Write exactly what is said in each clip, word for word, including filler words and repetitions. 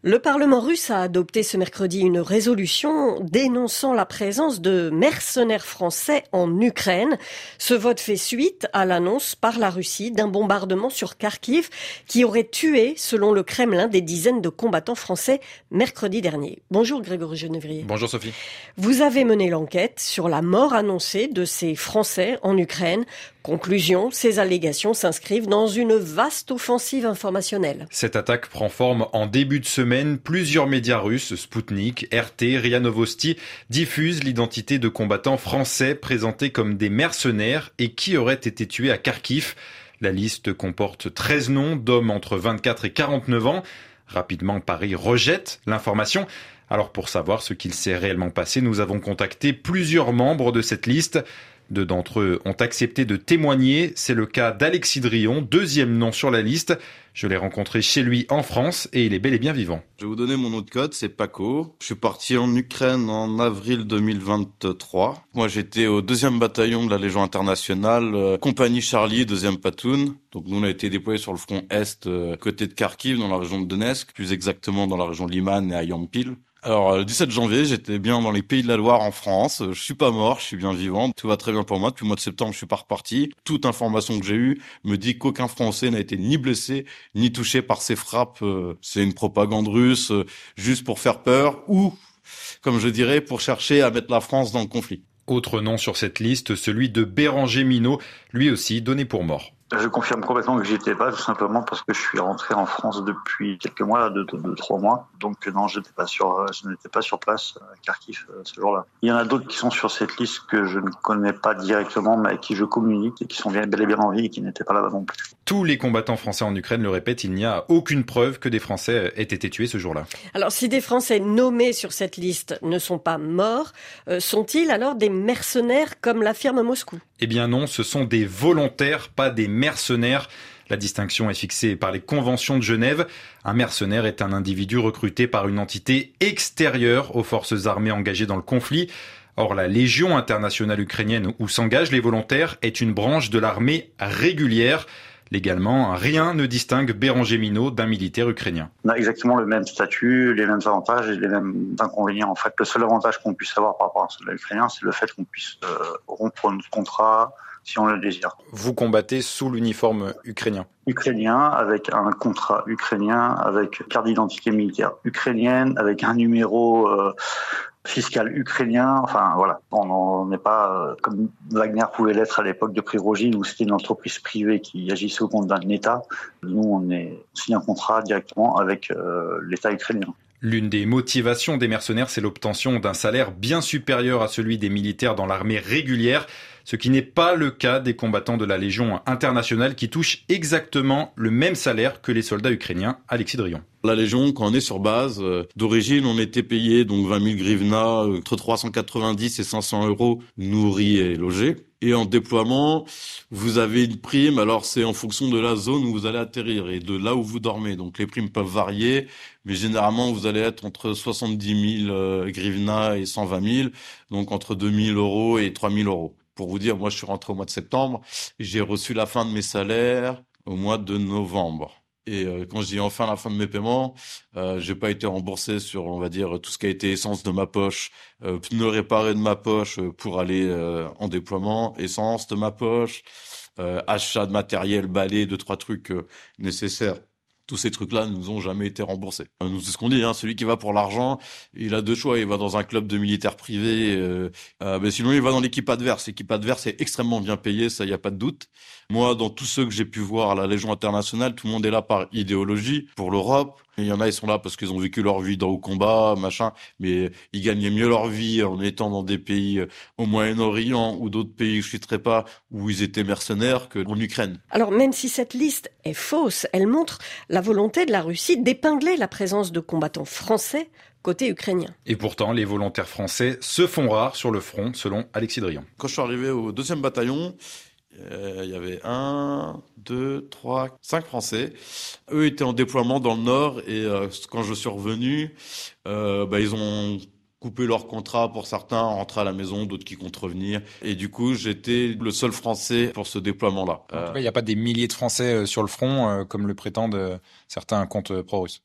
Le Parlement russe a adopté ce mercredi une résolution dénonçant la présence de mercenaires français en Ukraine. Ce vote fait suite à l'annonce par la Russie d'un bombardement sur Kharkiv qui aurait tué, selon le Kremlin, des dizaines de combattants français mercredi dernier. Bonjour Grégory Genevrier. Bonjour Sophie. Vous avez mené l'enquête sur la mort annoncée de ces Français en Ukraine. Conclusion, ces allégations s'inscrivent dans une vaste offensive informationnelle. Cette attaque prend forme en début de semaine. Plusieurs médias russes, Sputnik, R T, R I A Novosti, diffusent l'identité de combattants français présentés comme des mercenaires et qui auraient été tués à Kharkiv. La liste comporte treize noms d'hommes entre vingt-quatre et quarante-neuf ans. Rapidement, Paris rejette l'information. Alors pour savoir ce qu'il s'est réellement passé, nous avons contacté plusieurs membres de cette liste. Deux d'entre eux ont accepté de témoigner. C'est le cas d'Alexis Drion, deuxième nom sur la liste. Je l'ai rencontré chez lui en France et il est bel et bien vivant. Je vais vous donner mon nom de code, c'est Paco. Je suis parti en Ukraine en avril deux mille vingt-trois. Moi, j'étais au deuxième bataillon de la Légion internationale, euh, compagnie Charlie, deuxième platoon. Donc nous, on a été déployés sur le front Est, euh, côté de Kharkiv, dans la région de Donetsk, plus exactement dans la région de Liman et à Yampil. Alors, le dix-sept janvier, j'étais bien dans les Pays de la Loire en France. Je suis pas mort, je suis bien vivant. Tout va très bien pour moi. Depuis le mois de septembre, je suis pas reparti. Toute information que j'ai eue me dit qu'aucun Français n'a été ni blessé, ni touché par ces frappes. C'est une propagande russe, juste pour faire peur ou, comme je dirais, pour chercher à mettre la France dans le conflit. Autre nom sur cette liste, celui de Béranger Minaud, lui aussi donné pour mort. Je confirme complètement que j'y étais pas, tout simplement parce que je suis rentré en France depuis quelques mois, là, deux, deux, deux trois mois. Donc non, j'étais pas sur, je n'étais pas sur place à Kharkiv ce jour-là. Il y en a d'autres qui sont sur cette liste que je ne connais pas directement, mais avec qui je communique et qui sont bel et bien en vie et qui n'étaient pas là-bas non plus. Tous les combattants français en Ukraine le répètent, il n'y a aucune preuve que des Français aient été tués ce jour-là. Alors si des Français nommés sur cette liste ne sont pas morts, euh, sont-ils alors des mercenaires comme l'affirme Moscou ? Eh bien non, ce sont des volontaires, pas des mercenaires. La distinction est fixée par les conventions de Genève. Un mercenaire est un individu recruté par une entité extérieure aux forces armées engagées dans le conflit. Or, la Légion internationale ukrainienne où s'engagent les volontaires est une branche de l'armée régulière. Légalement, rien ne distingue Béranger Minaud d'un militaire ukrainien. On a exactement le même statut, les mêmes avantages et les mêmes inconvénients. En fait, le seul avantage qu'on puisse avoir par rapport à celui ukrainien, c'est le fait qu'on puisse euh, rompre notre contrat si on le désire. Vous combattez sous l'uniforme ukrainien ? Ukrainien, avec un contrat ukrainien, avec carte d'identité militaire ukrainienne, avec un numéro euh, fiscal ukrainien. Enfin voilà, on n'est pas euh, comme Wagner pouvait l'être à l'époque de Prigojine, où c'était une entreprise privée qui agissait au compte d'un État. Nous, on est on signe un contrat directement avec euh, l'État ukrainien. L'une des motivations des mercenaires, c'est l'obtention d'un salaire bien supérieur à celui des militaires dans l'armée régulière, ce qui n'est pas le cas des combattants de la Légion internationale qui touchent exactement le même salaire que les soldats ukrainiens. Alexis Drion. La Légion, quand on est sur base, euh, d'origine, on était payé donc vingt mille grivnas, euh, entre trois cent quatre-vingt-dix et cinq cents euros, nourris et logés. Et en déploiement, vous avez une prime, alors c'est en fonction de la zone où vous allez atterrir et de là où vous dormez. Donc les primes peuvent varier, mais généralement vous allez être entre soixante-dix mille euh, grivnas et cent vingt mille, donc entre deux mille euros et trois mille euros. Pour vous dire, moi je suis rentré au mois de septembre, j'ai reçu la fin de mes salaires au mois de novembre. Et euh, quand je dis enfin la fin de mes paiements, euh, j'ai pas été remboursé sur, on va dire, tout ce qui a été essence de ma poche, euh, pneus réparés de ma poche pour aller euh, en déploiement, essence de ma poche, euh, achat de matériel, balai, deux trois trucs euh, nécessaires. Tous ces trucs-là ne nous ont jamais été remboursés. Nous, c'est ce qu'on dit, hein, celui qui va pour l'argent, il a deux choix. Il va dans un club de militaires privés, euh, euh, mais sinon il va dans l'équipe adverse. L'équipe adverse est extrêmement bien payée, ça, il n'y a pas de doute. Moi, dans tous ceux que j'ai pu voir à la Légion internationale, tout le monde est là par idéologie, pour l'Europe. Il y en a, ils sont là parce qu'ils ont vécu leur vie dans le combat, machin, mais ils gagnaient mieux leur vie en étant dans des pays euh, au Moyen-Orient ou d'autres pays que je ne citerai pas, où ils étaient mercenaires, qu'en Ukraine. Alors même si cette liste est fausse, elle montre la volonté de la Russie d'épingler la présence de combattants français côté ukrainien. Et pourtant, les volontaires français se font rares sur le front, selon Alexis Drion. Quand je suis arrivé au deuxième bataillon, Euh, il y avait un, deux, trois, cinq Français. Eux étaient en déploiement dans le Nord et euh, quand je suis revenu, euh, bah, ils ont coupé leur contrat pour certains, rentrés à la maison, d'autres qui comptent revenir. Et du coup, j'étais le seul Français pour ce déploiement-là. En tout cas, il n'y a pas des milliers de Français sur le front, euh, comme le prétendent euh, certains comptes pro-russes.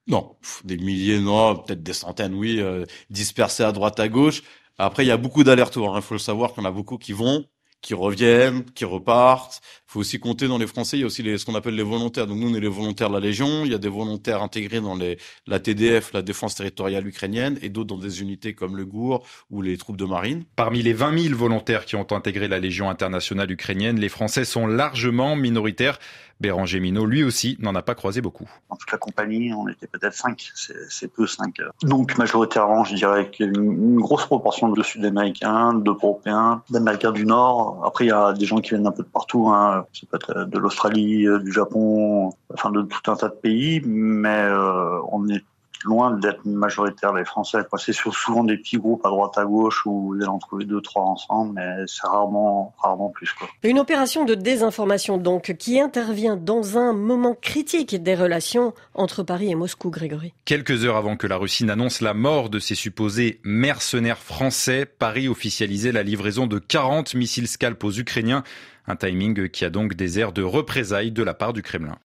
Non, des milliers, non, peut-être des centaines, oui, euh, dispersés à droite, à gauche. Après, il y a beaucoup d'allers-retours. Il hein. faut le savoir qu'il y en a beaucoup qui vont, qui reviennent, qui repartent. Il faut aussi compter dans les Français, il y a aussi les, ce qu'on appelle les volontaires. Donc nous, on est les volontaires de la Légion. Il y a des volontaires intégrés dans les, la T D F, la Défense territoriale ukrainienne, et d'autres dans des unités comme le Gour ou les troupes de marine. Parmi les vingt mille volontaires qui ont intégré la Légion internationale ukrainienne, les Français sont largement minoritaires. Béranger Minault, lui aussi, n'en a pas croisé beaucoup. Dans toute la compagnie, on était peut-être cinq, c'est, c'est peu cinq. Donc majoritairement, je dirais qu'il y a une, une grosse proportion de Sud-Américains, d'Européens, d'Américains du Nord. Après, il y a des gens qui viennent un peu de partout, hein. Ça peut être de l'Australie, du Japon, enfin de tout un tas de pays, mais euh, on est loin d'être majoritaire les Français. C'est souvent des petits groupes à droite à gauche où ils en trouver deux, trois ensemble, mais c'est rarement, rarement plus, quoi. Une opération de désinformation donc qui intervient dans un moment critique des relations entre Paris et Moscou, Grégory. Quelques heures avant que la Russie n'annonce la mort de ses supposés mercenaires français, Paris officialisait la livraison de quarante missiles Scalp aux Ukrainiens. Un timing qui a donc des airs de représailles de la part du Kremlin.